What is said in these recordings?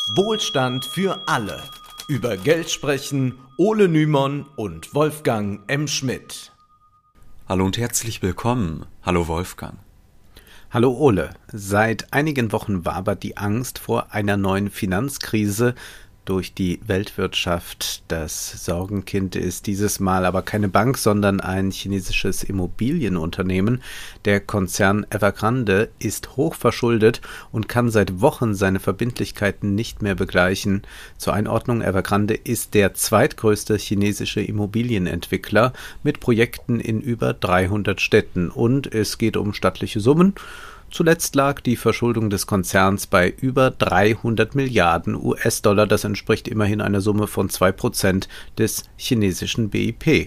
Wohlstand für alle. Über Geld sprechen Ole Nymon und Wolfgang M. Schmidt. Hallo und herzlich willkommen. Hallo Wolfgang. Hallo Ole. Seit einigen Wochen wabert die Angst vor einer neuen Finanzkrise durch die Weltwirtschaft. Das Sorgenkind ist dieses Mal aber keine Bank, sondern ein chinesisches Immobilienunternehmen. Der Konzern Evergrande ist hochverschuldet und kann seit Wochen seine Verbindlichkeiten nicht mehr begleichen. Zur Einordnung: Evergrande ist der zweitgrößte chinesische Immobilienentwickler mit Projekten in über 300 Städten, und es geht um stattliche Summen. Zuletzt lag die Verschuldung des Konzerns bei über 300 Milliarden US-Dollar. Das entspricht immerhin einer Summe von 2% des chinesischen BIP.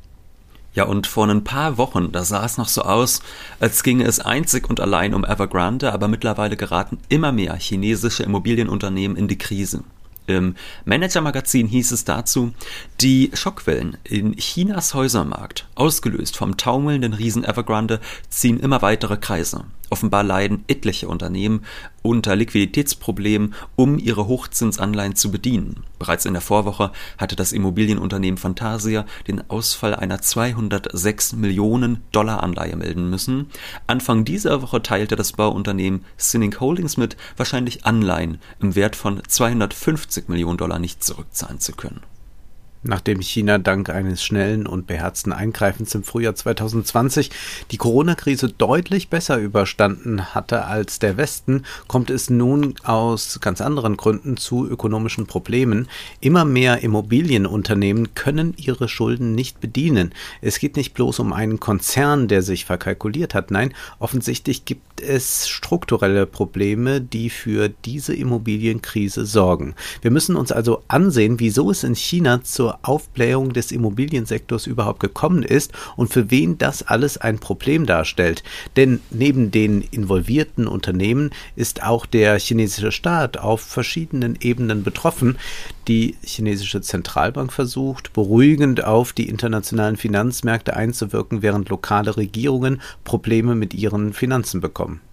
Ja, und vor ein paar Wochen, da sah es noch so aus, als ginge es einzig und allein um Evergrande, aber mittlerweile geraten immer mehr chinesische Immobilienunternehmen in die Krise. Im Manager-Magazin hieß es dazu: Die Schockwellen in Chinas Häusermarkt, ausgelöst vom taumelnden Riesen Evergrande, ziehen immer weitere Kreise. Offenbar leiden etliche Unternehmen unter Liquiditätsproblemen, um ihre Hochzinsanleihen zu bedienen. Bereits in der Vorwoche hatte das Immobilienunternehmen Fantasia den Ausfall einer 206 Millionen Dollar Anleihe melden müssen. Anfang dieser Woche teilte das Bauunternehmen Cinning Holdings mit, wahrscheinlich Anleihen im Wert von 250 Millionen Dollar nicht zurückzahlen zu können. Nachdem China dank eines schnellen und beherzten Eingreifens im Frühjahr 2020 die Corona-Krise deutlich besser überstanden hatte als der Westen, kommt es nun aus ganz anderen Gründen zu ökonomischen Problemen. Immer mehr Immobilienunternehmen können ihre Schulden nicht bedienen. Es geht nicht bloß um einen Konzern, der sich verkalkuliert hat. Nein, offensichtlich gibt es strukturelle Probleme, die für diese Immobilienkrise sorgen. Wir müssen uns also ansehen, wieso es in China zur Aufblähung des Immobiliensektors überhaupt gekommen ist und für wen das alles ein Problem darstellt. Denn neben den involvierten Unternehmen ist auch der chinesische Staat auf verschiedenen Ebenen betroffen. Die chinesische Zentralbank versucht, beruhigend auf die internationalen Finanzmärkte einzuwirken, während lokale Regierungen Probleme mit ihren Finanzen bekommen.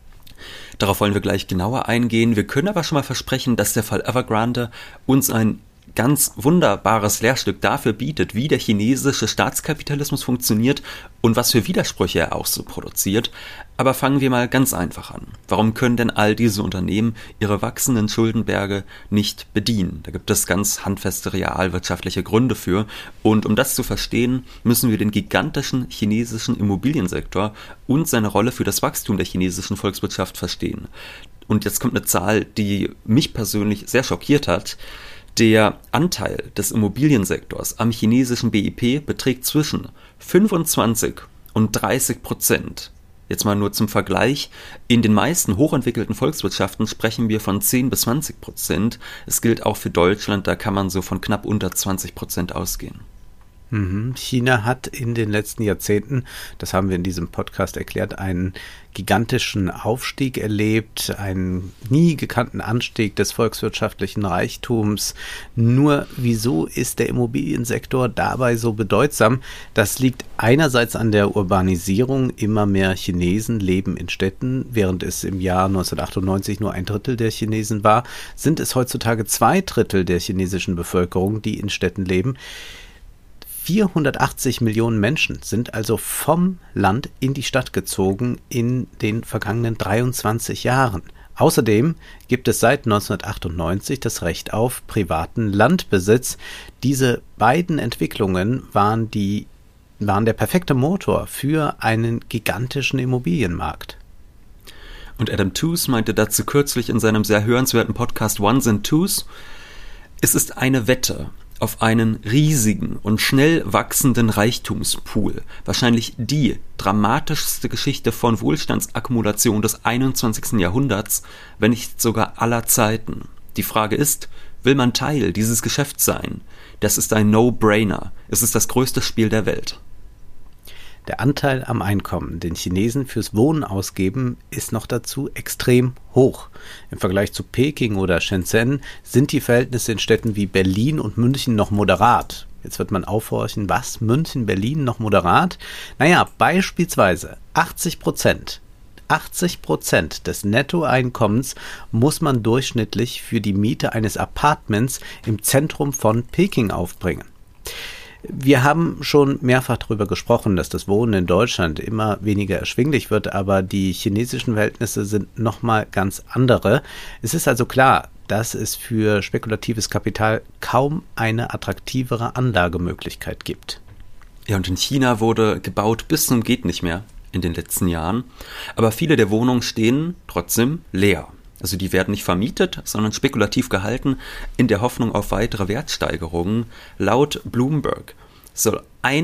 Darauf wollen wir gleich genauer eingehen. Wir können aber schon mal versprechen, dass der Fall Evergrande uns ein ganz wunderbares Lehrstück dafür bietet, wie der chinesische Staatskapitalismus funktioniert und was für Widersprüche er auch so produziert. Aber fangen wir mal ganz einfach an. Warum können denn all diese Unternehmen ihre wachsenden Schuldenberge nicht bedienen? Da gibt es ganz handfeste realwirtschaftliche Gründe für. Und um das zu verstehen, müssen wir den gigantischen chinesischen Immobiliensektor und seine Rolle für das Wachstum der chinesischen Volkswirtschaft verstehen. Und jetzt kommt eine Zahl, die mich persönlich sehr schockiert hat. Der Anteil des Immobiliensektors am chinesischen BIP beträgt zwischen 25% und 30%. Jetzt mal nur zum Vergleich: In den meisten hochentwickelten Volkswirtschaften sprechen wir von 10-20%. Es gilt auch für Deutschland, da kann man so von knapp unter 20% ausgehen. China hat in den letzten Jahrzehnten, das haben wir in diesem Podcast erklärt, einen gigantischen Aufstieg erlebt, einen nie gekannten Anstieg des volkswirtschaftlichen Reichtums. Nur wieso ist der Immobiliensektor dabei so bedeutsam? Das liegt einerseits an der Urbanisierung. Immer mehr Chinesen leben in Städten. Während es im Jahr 1998 nur 1/3 der Chinesen war, sind es heutzutage 2/3 der chinesischen Bevölkerung, die in Städten leben. 480 Millionen Menschen sind also vom Land in die Stadt gezogen in den vergangenen 23 Jahren. Außerdem gibt es seit 1998 das Recht auf privaten Landbesitz. Diese beiden Entwicklungen waren der perfekte Motor für einen gigantischen Immobilienmarkt. Und Adam Tooze meinte dazu kürzlich in seinem sehr hörenswerten Podcast Ones and Twos: Es ist eine Wette auf einen riesigen und schnell wachsenden Reichtumspool. Wahrscheinlich die dramatischste Geschichte von Wohlstandsakkumulation des 21. Jahrhunderts, wenn nicht sogar aller Zeiten. Die Frage ist, will man Teil dieses Geschäfts sein? Das ist ein No-Brainer. Es ist das größte Spiel der Welt. Der Anteil am Einkommen, den Chinesen fürs Wohnen ausgeben, ist noch dazu extrem hoch. Im Vergleich zu Peking oder Shenzhen sind die Verhältnisse in Städten wie Berlin und München noch moderat. Jetzt wird man aufhorchen: was? München, Berlin noch moderat? Naja, beispielsweise 80% 80% des Nettoeinkommens muss man durchschnittlich für die Miete eines Apartments im Zentrum von Peking aufbringen. Wir haben schon mehrfach darüber gesprochen, dass das Wohnen in Deutschland immer weniger erschwinglich wird, aber die chinesischen Verhältnisse sind nochmal ganz andere. Es ist also klar, dass es für spekulatives Kapital kaum eine attraktivere Anlagemöglichkeit gibt. Ja, und in China wurde gebaut bis zum geht nicht mehr in den letzten Jahren, aber viele der Wohnungen stehen trotzdem leer. Also die werden nicht vermietet, sondern spekulativ gehalten in der Hoffnung auf weitere Wertsteigerungen. Laut Bloomberg soll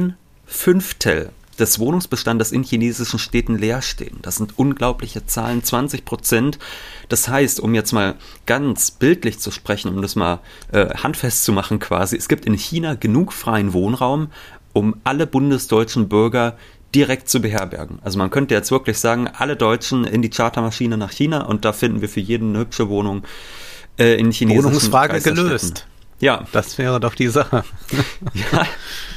1/5 des Wohnungsbestandes in chinesischen Städten leer stehen. Das sind unglaubliche Zahlen, 20%. Das heißt, um jetzt mal ganz bildlich zu sprechen, um das mal handfest zu machen quasi, es gibt in China genug freien Wohnraum, um alle bundesdeutschen Bürger direkt zu beherbergen. Also man könnte jetzt wirklich sagen, alle Deutschen in die Chartermaschine nach China und da finden wir für jeden eine hübsche Wohnung in chinesischen Wohnungsfrage gelöst. Ja. Das wäre doch die Sache. Ja,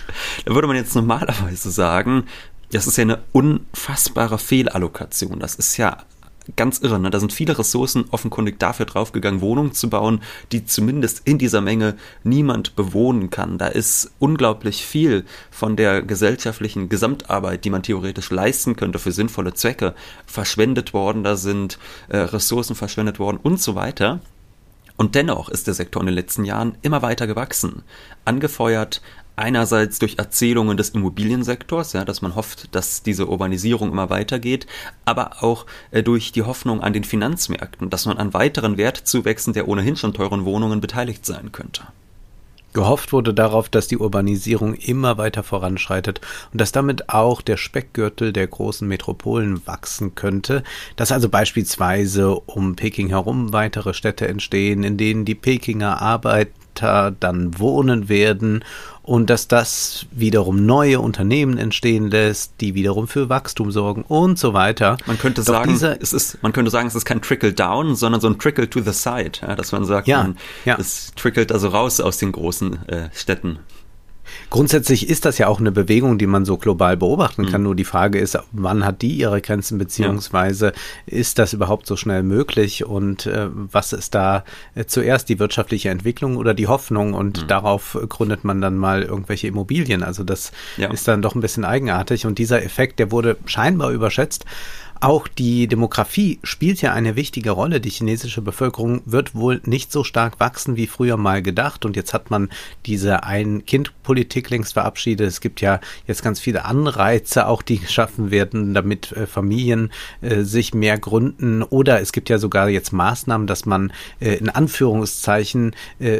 da würde man jetzt normalerweise sagen, das ist ja eine unfassbare Fehlallokation. Das ist ja ganz irre, ne? Da sind viele Ressourcen offenkundig dafür draufgegangen, Wohnungen zu bauen, die zumindest in dieser Menge niemand bewohnen kann. Da ist unglaublich viel von der gesellschaftlichen Gesamtarbeit, die man theoretisch leisten könnte für sinnvolle Zwecke, verschwendet worden. Da sind Ressourcen verschwendet worden und so weiter. Und dennoch ist der Sektor in den letzten Jahren immer weiter gewachsen. Angefeuert einerseits durch Erzählungen des Immobiliensektors, ja, dass man hofft, dass diese Urbanisierung immer weitergeht, aber auch durch die Hoffnung an den Finanzmärkten, dass man an weiteren Wertzuwächsen der ohnehin schon teuren Wohnungen beteiligt sein könnte. Gehofft wurde darauf, dass die Urbanisierung immer weiter voranschreitet und dass damit auch der Speckgürtel der großen Metropolen wachsen könnte, dass also beispielsweise um Peking herum weitere Städte entstehen, in denen die Pekinger Arbeiter dann wohnen werden und dass das wiederum neue Unternehmen entstehen lässt, die wiederum für Wachstum sorgen und so weiter. Man könnte sagen, es ist kein Trickle-Down, sondern so ein Trickle to the side, ja, dass man sagt, es trickelt also raus aus den großen Städten. Grundsätzlich ist das ja auch eine Bewegung, die man so global beobachten kann. Nur die Frage ist, wann hat die ihre Grenzen, beziehungsweise ist das überhaupt so schnell möglich und was ist da zuerst, die wirtschaftliche Entwicklung oder die Hoffnung und darauf gründet man dann mal irgendwelche Immobilien. Also das ist dann doch ein bisschen eigenartig und dieser Effekt, der wurde scheinbar überschätzt. Auch die Demografie spielt ja eine wichtige Rolle. Die chinesische Bevölkerung wird wohl nicht so stark wachsen wie früher mal gedacht. Und jetzt hat man diese Ein-Kind-Politik längst verabschiedet. Es gibt ja jetzt ganz viele Anreize, auch die geschaffen werden, damit Familien sich mehr gründen. Oder es gibt ja sogar jetzt Maßnahmen, dass man in Anführungszeichen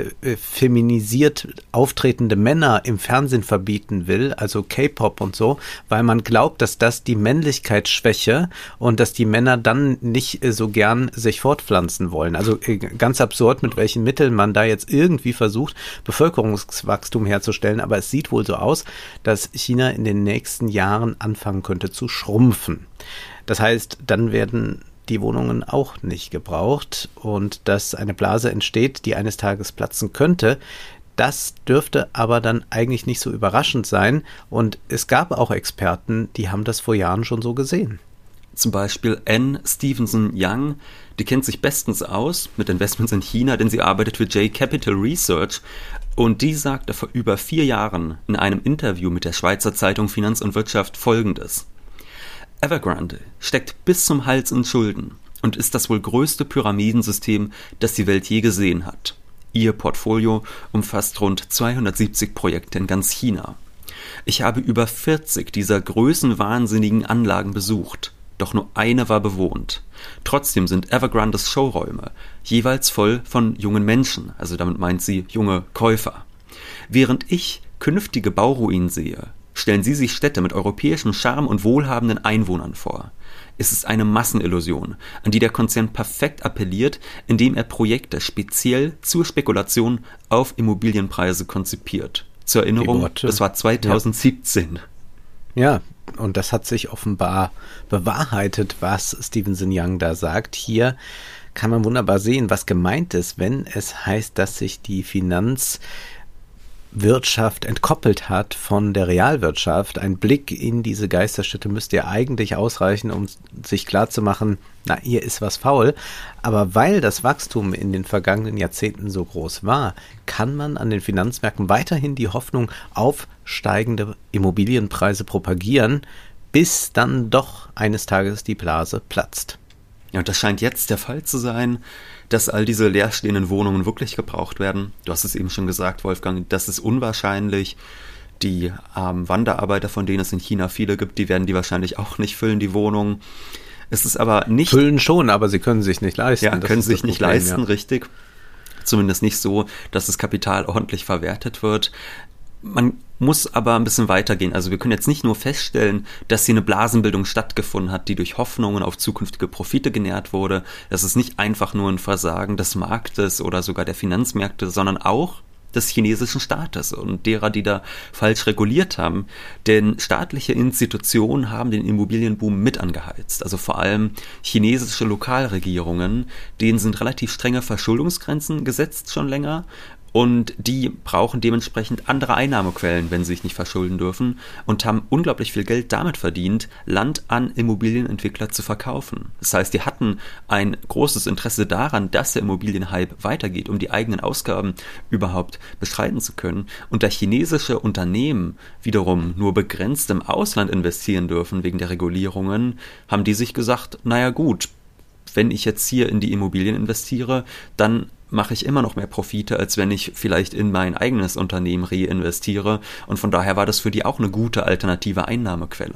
feminisiert auftretende Männer im Fernsehen verbieten will, also K-Pop und so, weil man glaubt, dass das die Männlichkeitsschwäche und dass die Männer dann nicht so gern sich fortpflanzen wollen. Also ganz absurd, mit welchen Mitteln man da jetzt irgendwie versucht, Bevölkerungswachstum herzustellen. Aber es sieht wohl so aus, dass China in den nächsten Jahren anfangen könnte zu schrumpfen. Das heißt, dann werden die Wohnungen auch nicht gebraucht und dass eine Blase entsteht, die eines Tages platzen könnte. Das dürfte aber dann eigentlich nicht so überraschend sein. Und es gab auch Experten, die haben das vor Jahren schon so gesehen. Zum Beispiel Anne Stevenson Young, die kennt sich bestens aus mit Investments in China, denn sie arbeitet für J Capital Research und die sagte vor über 4 Jahren in einem Interview mit der Schweizer Zeitung Finanz und Wirtschaft Folgendes: Evergrande steckt bis zum Hals in Schulden und ist das wohl größte Pyramidensystem, das die Welt je gesehen hat. Ihr Portfolio umfasst rund 270 Projekte in ganz China. Ich habe über 40 dieser größenwahnsinnigen Anlagen besucht. Doch nur eine war bewohnt. Trotzdem sind Evergrandes Showräume jeweils voll von jungen Menschen, also damit meint sie junge Käufer. Während ich künftige Bauruinen sehe, stellen sie sich Städte mit europäischem Charme und wohlhabenden Einwohnern vor. Es ist eine Massenillusion, an die der Konzern perfekt appelliert, indem er Projekte speziell zur Spekulation auf Immobilienpreise konzipiert. Zur Erinnerung, das war 2017. Ja, und das hat sich offenbar bewahrheitet, was Stevenson Young da sagt. Hier kann man wunderbar sehen, was gemeint ist, wenn es heißt, dass sich die Finanzwelt Wirtschaft entkoppelt hat von der Realwirtschaft. Ein Blick in diese Geisterstädte müsste ja eigentlich ausreichen, um sich klarzumachen, na, hier ist was faul. Aber weil das Wachstum in den vergangenen Jahrzehnten so groß war, kann man an den Finanzmärkten weiterhin die Hoffnung auf steigende Immobilienpreise propagieren, bis dann doch eines Tages die Blase platzt. Ja, und das scheint jetzt der Fall zu sein, dass all diese leerstehenden Wohnungen wirklich gebraucht werden. Du hast es eben schon gesagt, Wolfgang, das ist unwahrscheinlich. Die Wanderarbeiter, von denen es in China viele gibt, die werden die wahrscheinlich auch nicht füllen, die Wohnungen. Es ist aber nicht... Füllen schon, aber sie können sich nicht leisten. Ja, können sich nicht leisten, ja. Richtig. Zumindest nicht so, dass das Kapital ordentlich verwertet wird. Man muss aber ein bisschen weitergehen. Also wir können jetzt nicht nur feststellen, dass hier eine Blasenbildung stattgefunden hat, die durch Hoffnungen auf zukünftige Profite genährt wurde. Das ist nicht einfach nur ein Versagen des Marktes oder sogar der Finanzmärkte, sondern auch des chinesischen Staates und derer, die da falsch reguliert haben. Denn staatliche Institutionen haben den Immobilienboom mit angeheizt. Also vor allem chinesische Lokalregierungen, denen sind relativ strenge Verschuldungsgrenzen gesetzt schon länger. Und die brauchen dementsprechend andere Einnahmequellen, wenn sie sich nicht verschulden dürfen, und haben unglaublich viel Geld damit verdient, Land an Immobilienentwickler zu verkaufen. Das heißt, die hatten ein großes Interesse daran, dass der Immobilienhype weitergeht, um die eigenen Ausgaben überhaupt bestreiten zu können. Und da chinesische Unternehmen wiederum nur begrenzt im Ausland investieren dürfen wegen der Regulierungen, haben die sich gesagt, naja gut, wenn ich jetzt hier in die Immobilien investiere, dann mache ich immer noch mehr Profite, als wenn ich vielleicht in mein eigenes Unternehmen reinvestiere. Und von daher war das für die auch eine gute alternative Einnahmequelle.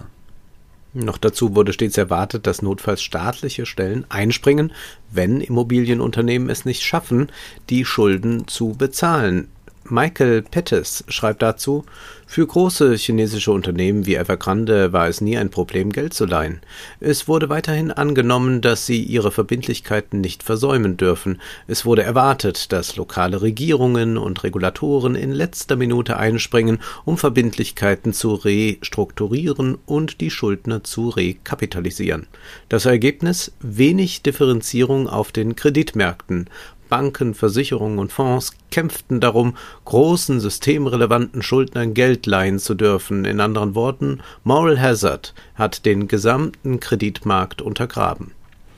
Noch dazu wurde stets erwartet, dass notfalls staatliche Stellen einspringen, wenn Immobilienunternehmen es nicht schaffen, die Schulden zu bezahlen. Michael Pettis schreibt dazu: Für große chinesische Unternehmen wie Evergrande war es nie ein Problem, Geld zu leihen. Es wurde weiterhin angenommen, dass sie ihre Verbindlichkeiten nicht versäumen dürfen. Es wurde erwartet, dass lokale Regierungen und Regulatoren in letzter Minute einspringen, um Verbindlichkeiten zu restrukturieren und die Schuldner zu rekapitalisieren. Das Ergebnis: wenig Differenzierung auf den Kreditmärkten. Banken, Versicherungen und Fonds kämpften darum, großen systemrelevanten Schuldnern Geld leihen zu dürfen. In anderen Worten, Moral Hazard hat den gesamten Kreditmarkt untergraben.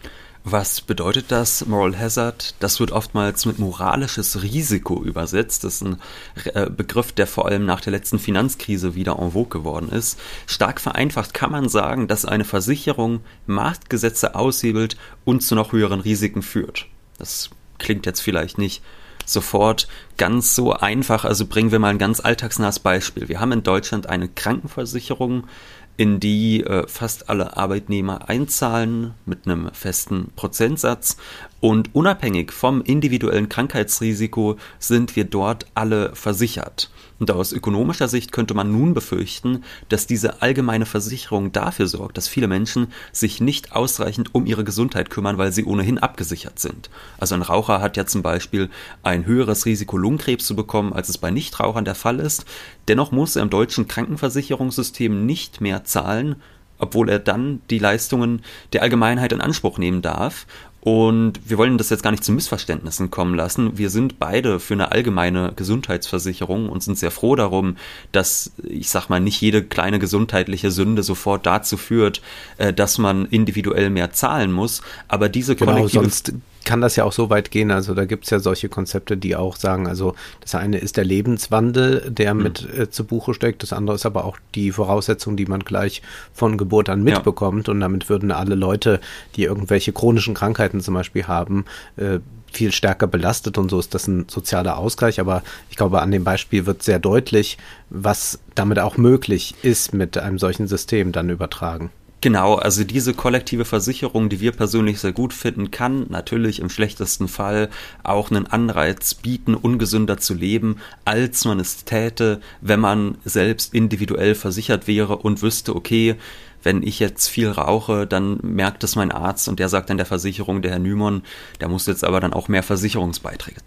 Was bedeutet das, Moral Hazard? Das wird oftmals mit moralisches Risiko übersetzt. Das ist ein Begriff, der vor allem nach der letzten Finanzkrise wieder en vogue geworden ist. Stark vereinfacht kann man sagen, dass eine Versicherung Marktgesetze aushebelt und zu noch höheren Risiken führt. Das klingt jetzt vielleicht nicht sofort ganz so einfach, also bringen wir mal ein ganz alltagsnahes Beispiel. Wir haben in Deutschland eine Krankenversicherung, in die fast alle Arbeitnehmer einzahlen mit einem festen Prozentsatz, und unabhängig vom individuellen Krankheitsrisiko sind wir dort alle versichert. Und aus ökonomischer Sicht könnte man nun befürchten, dass diese allgemeine Versicherung dafür sorgt, dass viele Menschen sich nicht ausreichend um ihre Gesundheit kümmern, weil sie ohnehin abgesichert sind. Also ein Raucher hat ja zum Beispiel ein höheres Risiko, Lungenkrebs zu bekommen, als es bei Nichtrauchern der Fall ist. Dennoch muss er im deutschen Krankenversicherungssystem nicht mehr zahlen, obwohl er dann die Leistungen der Allgemeinheit in Anspruch nehmen darf. Und wir wollen das jetzt gar nicht zu Missverständnissen kommen lassen. Wir sind beide für eine allgemeine Gesundheitsversicherung und sind sehr froh darum, dass, ich sag mal, nicht jede kleine gesundheitliche Sünde sofort dazu führt, dass man individuell mehr zahlen muss. Aber diese kollektive... Sonst kann das ja auch so weit gehen, also da gibt es ja solche Konzepte, die auch sagen, also das eine ist der Lebenswandel, der mit zu Buche steckt, das andere ist aber auch die Voraussetzung, die man gleich von Geburt an mitbekommt, und damit würden alle Leute, die irgendwelche chronischen Krankheiten zum Beispiel haben, viel stärker belastet, und so ist das ein sozialer Ausgleich, aber ich glaube, an dem Beispiel wird sehr deutlich, was damit auch möglich ist, mit einem solchen System dann übertragen. Genau, also diese kollektive Versicherung, die wir persönlich sehr gut finden, kann natürlich im schlechtesten Fall auch einen Anreiz bieten, ungesünder zu leben, als man es täte, wenn man selbst individuell versichert wäre und wüsste, okay, wenn ich jetzt viel rauche, dann merkt es mein Arzt und der sagt dann der Versicherung, der Herr Nymon, der muss jetzt aber dann auch mehr Versicherungsbeiträge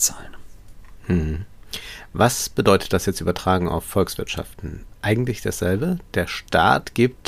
zahlen. Was bedeutet das jetzt übertragen auf Volkswirtschaften? Eigentlich dasselbe. Der Staat gibt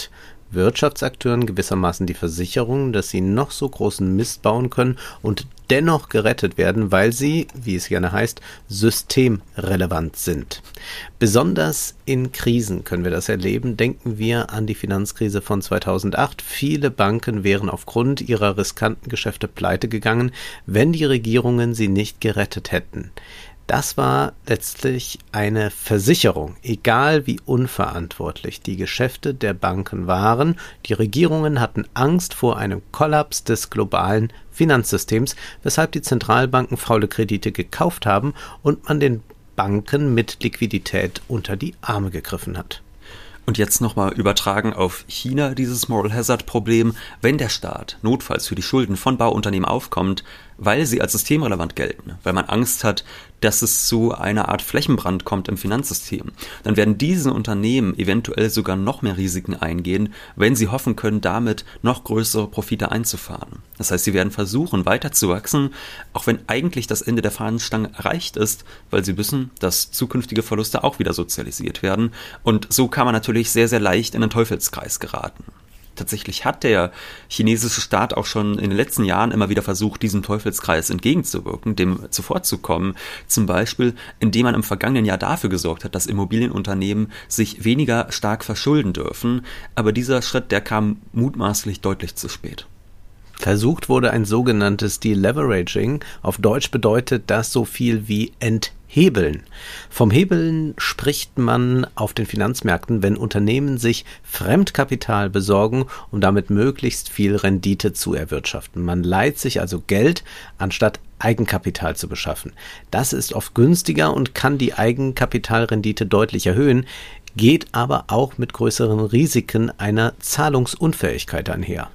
Wirtschaftsakteuren gewissermaßen die Versicherung, dass sie noch so großen Mist bauen können und dennoch gerettet werden, weil sie, wie es gerne heißt, systemrelevant sind. Besonders in Krisen können wir das erleben. Denken wir an die Finanzkrise von 2008. Viele Banken wären aufgrund ihrer riskanten Geschäfte pleite gegangen, wenn die Regierungen sie nicht gerettet hätten. Das war letztlich eine Versicherung, egal wie unverantwortlich die Geschäfte der Banken waren. Die Regierungen hatten Angst vor einem Kollaps des globalen Finanzsystems, weshalb die Zentralbanken faule Kredite gekauft haben und man den Banken mit Liquidität unter die Arme gegriffen hat. Und jetzt nochmal übertragen auf China dieses Moral Hazard Problem. Wenn der Staat notfalls für die Schulden von Bauunternehmen aufkommt, weil sie als systemrelevant gelten, weil man Angst hat, dass es zu einer Art Flächenbrand kommt im Finanzsystem, dann werden diese Unternehmen eventuell sogar noch mehr Risiken eingehen, wenn sie hoffen können, damit noch größere Profite einzufahren. Das heißt, sie werden versuchen, weiter zu wachsen, auch wenn eigentlich das Ende der Fahnenstange erreicht ist, weil sie wissen, dass zukünftige Verluste auch wieder sozialisiert werden. Und so kann man natürlich sehr, sehr leicht in einen Teufelskreis geraten. Tatsächlich hat der chinesische Staat auch schon in den letzten Jahren immer wieder versucht, diesem Teufelskreis entgegenzuwirken, dem zuvorzukommen. Zum Beispiel, indem man im vergangenen Jahr dafür gesorgt hat, dass Immobilienunternehmen sich weniger stark verschulden dürfen. Aber dieser Schritt, der kam mutmaßlich deutlich zu spät. Versucht wurde ein sogenanntes Deleveraging. Auf Deutsch bedeutet das so viel wie Enthebeln. Vom Hebeln spricht man auf den Finanzmärkten, wenn Unternehmen sich Fremdkapital besorgen, um damit möglichst viel Rendite zu erwirtschaften. Man leiht sich also Geld, anstatt Eigenkapital zu beschaffen. Das ist oft günstiger und kann die Eigenkapitalrendite deutlich erhöhen, geht aber auch mit größeren Risiken einer Zahlungsunfähigkeit einher.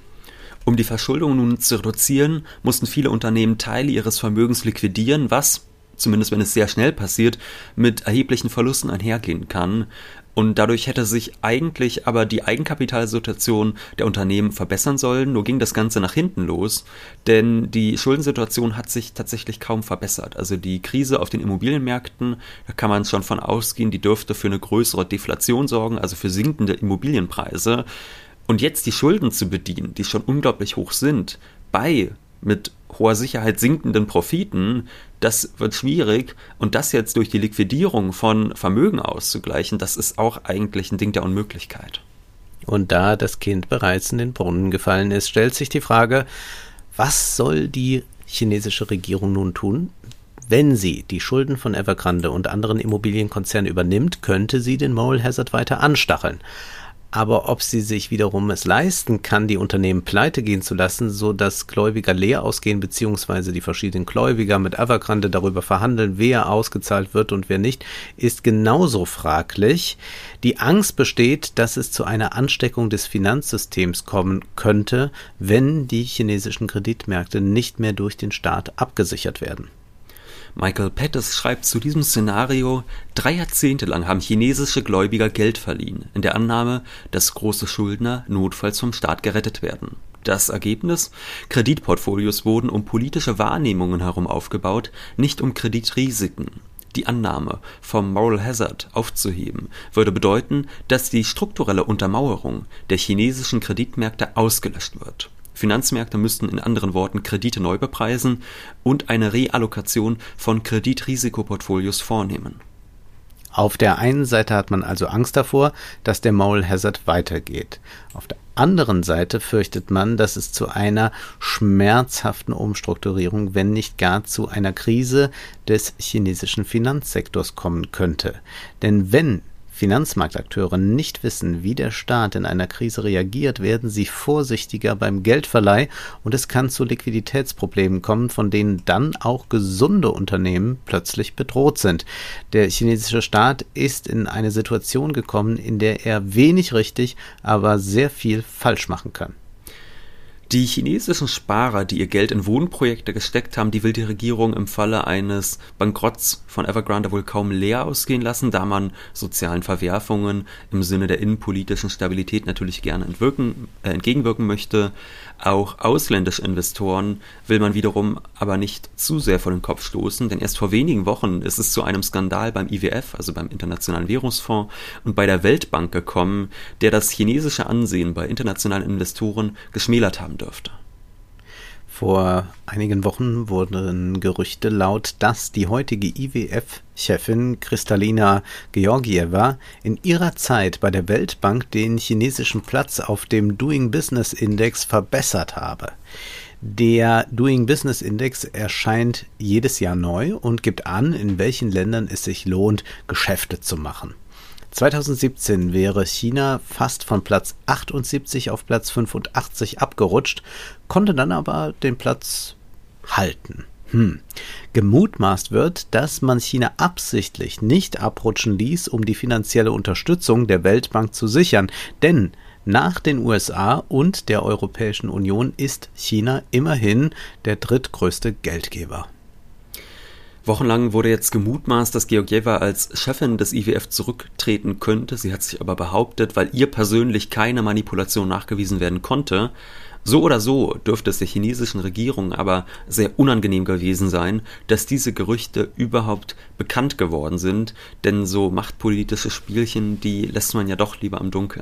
Um die Verschuldung nun zu reduzieren, mussten viele Unternehmen Teile ihres Vermögens liquidieren, was, zumindest wenn es sehr schnell passiert, mit erheblichen Verlusten einhergehen kann. Und dadurch hätte sich eigentlich aber die Eigenkapitalsituation der Unternehmen verbessern sollen. Nur ging das Ganze nach hinten los, denn die Schuldensituation hat sich tatsächlich kaum verbessert. Also die Krise auf den Immobilienmärkten, da kann man schon von ausgehen, die dürfte für eine größere Deflation sorgen, also für sinkende Immobilienpreise. Und jetzt die Schulden zu bedienen, die schon unglaublich hoch sind, bei mit hoher Sicherheit sinkenden Profiten, das wird schwierig. Und das jetzt durch die Liquidierung von Vermögen auszugleichen, das ist auch eigentlich ein Ding der Unmöglichkeit. Und da das Kind bereits in den Brunnen gefallen ist, stellt sich die Frage, was soll die chinesische Regierung nun tun? Wenn sie die Schulden von Evergrande und anderen Immobilienkonzernen übernimmt, könnte sie den Moral Hazard weiter anstacheln. Aber ob sie sich wiederum es leisten kann, die Unternehmen pleite gehen zu lassen, so dass Gläubiger leer ausgehen, beziehungsweise die verschiedenen Gläubiger mit Evergrande darüber verhandeln, wer ausgezahlt wird und wer nicht, ist genauso fraglich. Die Angst besteht, dass es zu einer Ansteckung des Finanzsystems kommen könnte, wenn die chinesischen Kreditmärkte nicht mehr durch den Staat abgesichert werden. Michael Pettis schreibt zu diesem Szenario: 3 Jahrzehnte lang haben chinesische Gläubiger Geld verliehen, in der Annahme, dass große Schuldner notfalls vom Staat gerettet werden. Das Ergebnis? Kreditportfolios wurden um politische Wahrnehmungen herum aufgebaut, nicht um Kreditrisiken. Die Annahme, vom Moral Hazard aufzuheben, würde bedeuten, dass die strukturelle Untermauerung der chinesischen Kreditmärkte ausgelöscht wird. Finanzmärkte müssten in anderen Worten Kredite neu bepreisen und eine Reallokation von Kreditrisikoportfolios vornehmen. Auf der einen Seite hat man also Angst davor, dass der Moral Hazard weitergeht. Auf der anderen Seite fürchtet man, dass es zu einer schmerzhaften Umstrukturierung, wenn nicht gar zu einer Krise des chinesischen Finanzsektors kommen könnte. Denn wenn Finanzmarktakteure nicht wissen, wie der Staat in einer Krise reagiert, werden sie vorsichtiger beim Geldverleih und es kann zu Liquiditätsproblemen kommen, von denen dann auch gesunde Unternehmen plötzlich bedroht sind. Der chinesische Staat ist in eine Situation gekommen, in der er wenig richtig, aber sehr viel falsch machen kann. Die chinesischen Sparer, die ihr Geld in Wohnprojekte gesteckt haben, die will die Regierung im Falle eines Bankrotts von Evergrande wohl kaum leer ausgehen lassen, da man sozialen Verwerfungen im Sinne der innenpolitischen Stabilität natürlich gerne entgegenwirken möchte. Auch ausländische Investoren will man wiederum aber nicht zu sehr vor den Kopf stoßen, denn erst vor wenigen Wochen ist es zu einem Skandal beim IWF, also beim Internationalen Währungsfonds, und bei der Weltbank gekommen, der das chinesische Ansehen bei internationalen Investoren geschmälert haben dürfte. Vor einigen Wochen wurden Gerüchte laut, dass die heutige IWF-Chefin Kristalina Georgieva in ihrer Zeit bei der Weltbank den chinesischen Platz auf dem Doing Business Index verbessert habe. Der Doing Business Index erscheint jedes Jahr neu und gibt an, in welchen Ländern es sich lohnt, Geschäfte zu machen. 2017 wäre China fast von Platz 78 auf Platz 85 abgerutscht, konnte dann aber den Platz halten. Gemutmaßt wird, dass man China absichtlich nicht abrutschen ließ, um die finanzielle Unterstützung der Weltbank zu sichern, denn nach den USA und der Europäischen Union ist China immerhin der drittgrößte Geldgeber. Wochenlang wurde jetzt gemutmaßt, dass Georgieva als Chefin des IWF zurücktreten könnte. Sie hat sich aber behauptet, weil ihr persönlich keine Manipulation nachgewiesen werden konnte. So oder so dürfte es der chinesischen Regierung aber sehr unangenehm gewesen sein, dass diese Gerüchte überhaupt bekannt geworden sind, denn so machtpolitische Spielchen, die lässt man ja doch lieber im Dunkeln.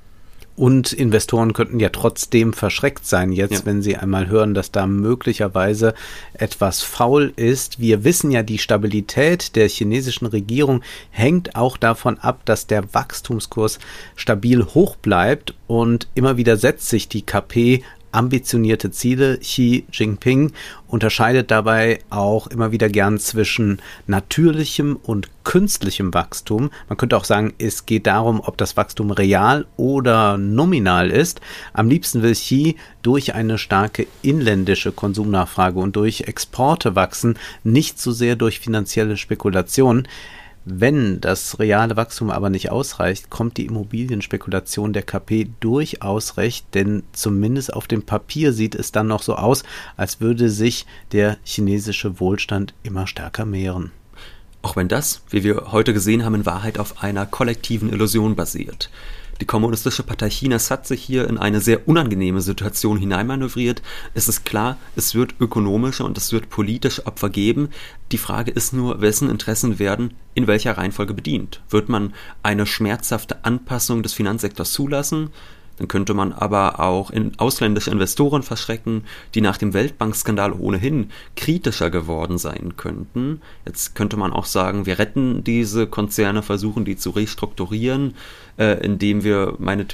Und Investoren könnten ja trotzdem verschreckt sein jetzt, wenn sie einmal hören, dass da möglicherweise etwas faul ist. Wir wissen ja, die Stabilität der chinesischen Regierung hängt auch davon ab, dass der Wachstumskurs stabil hoch bleibt und immer wieder setzt sich die KP ambitionierte Ziele. Xi Jinping unterscheidet dabei auch immer wieder gern zwischen natürlichem und künstlichem Wachstum. Man könnte auch sagen, es geht darum, ob das Wachstum real oder nominal ist. Am liebsten will Xi durch eine starke inländische Konsumnachfrage und durch Exporte wachsen, nicht so sehr durch finanzielle Spekulation. Wenn das reale Wachstum aber nicht ausreicht, kommt die Immobilienspekulation der KP durchaus recht, denn zumindest auf dem Papier sieht es dann noch so aus, als würde sich der chinesische Wohlstand immer stärker mehren. Auch wenn das, wie wir heute gesehen haben, in Wahrheit auf einer kollektiven Illusion basiert. Die Kommunistische Partei Chinas hat sich hier in eine sehr unangenehme Situation hineinmanövriert. Es ist klar, es wird ökonomische und es wird politische Opfer geben. Die Frage ist nur, wessen Interessen werden in welcher Reihenfolge bedient. Wird man eine schmerzhafte Anpassung des Finanzsektors zulassen? Dann könnte man aber auch ausländische Investoren verschrecken, die nach dem Weltbankskandal ohnehin kritischer geworden sein könnten. Jetzt könnte man auch sagen, wir retten diese Konzerne, versuchen die zu restrukturieren, indem man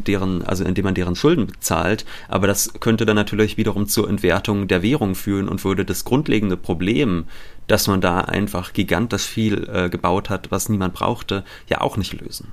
deren Schulden bezahlt. Aber das könnte dann natürlich wiederum zur Entwertung der Währung führen und würde das grundlegende Problem, dass man da einfach gigantisch viel gebaut hat, was niemand brauchte, ja auch nicht lösen.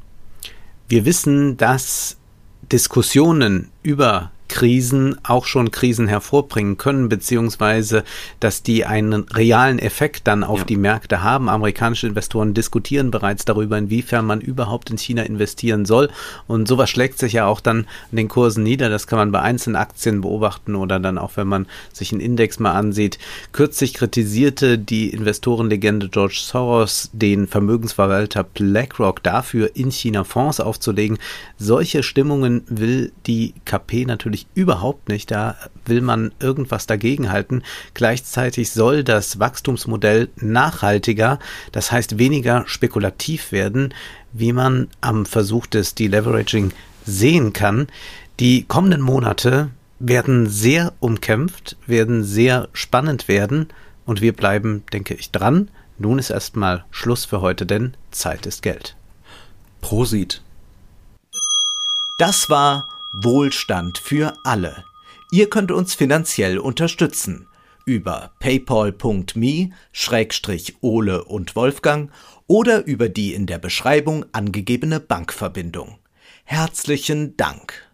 Wir wissen, dass Diskussionen über Krisen auch schon Krisen hervorbringen können, beziehungsweise dass die einen realen Effekt dann auf die Märkte haben. Amerikanische Investoren diskutieren bereits darüber, inwiefern man überhaupt in China investieren soll. Und sowas schlägt sich ja auch dann an den Kursen nieder. Das kann man bei einzelnen Aktien beobachten oder dann auch, wenn man sich einen Index mal ansieht. Kürzlich kritisierte die Investorenlegende George Soros den Vermögensverwalter BlackRock dafür, in China Fonds aufzulegen. Solche Stimmungen will die KP natürlich überhaupt nicht, da will man irgendwas dagegen halten. Gleichzeitig soll das Wachstumsmodell nachhaltiger, das heißt weniger spekulativ werden, wie man am Versuch des Deleveraging sehen kann. Die kommenden Monate werden sehr umkämpft, werden sehr spannend werden und wir bleiben, denke ich, dran. Nun ist erstmal Schluss für heute, denn Zeit ist Geld. Prosit. Das war Wohlstand für alle. Ihr könnt uns finanziell unterstützen über paypal.me/Ole und Wolfgang oder über die in der Beschreibung angegebene Bankverbindung. Herzlichen Dank!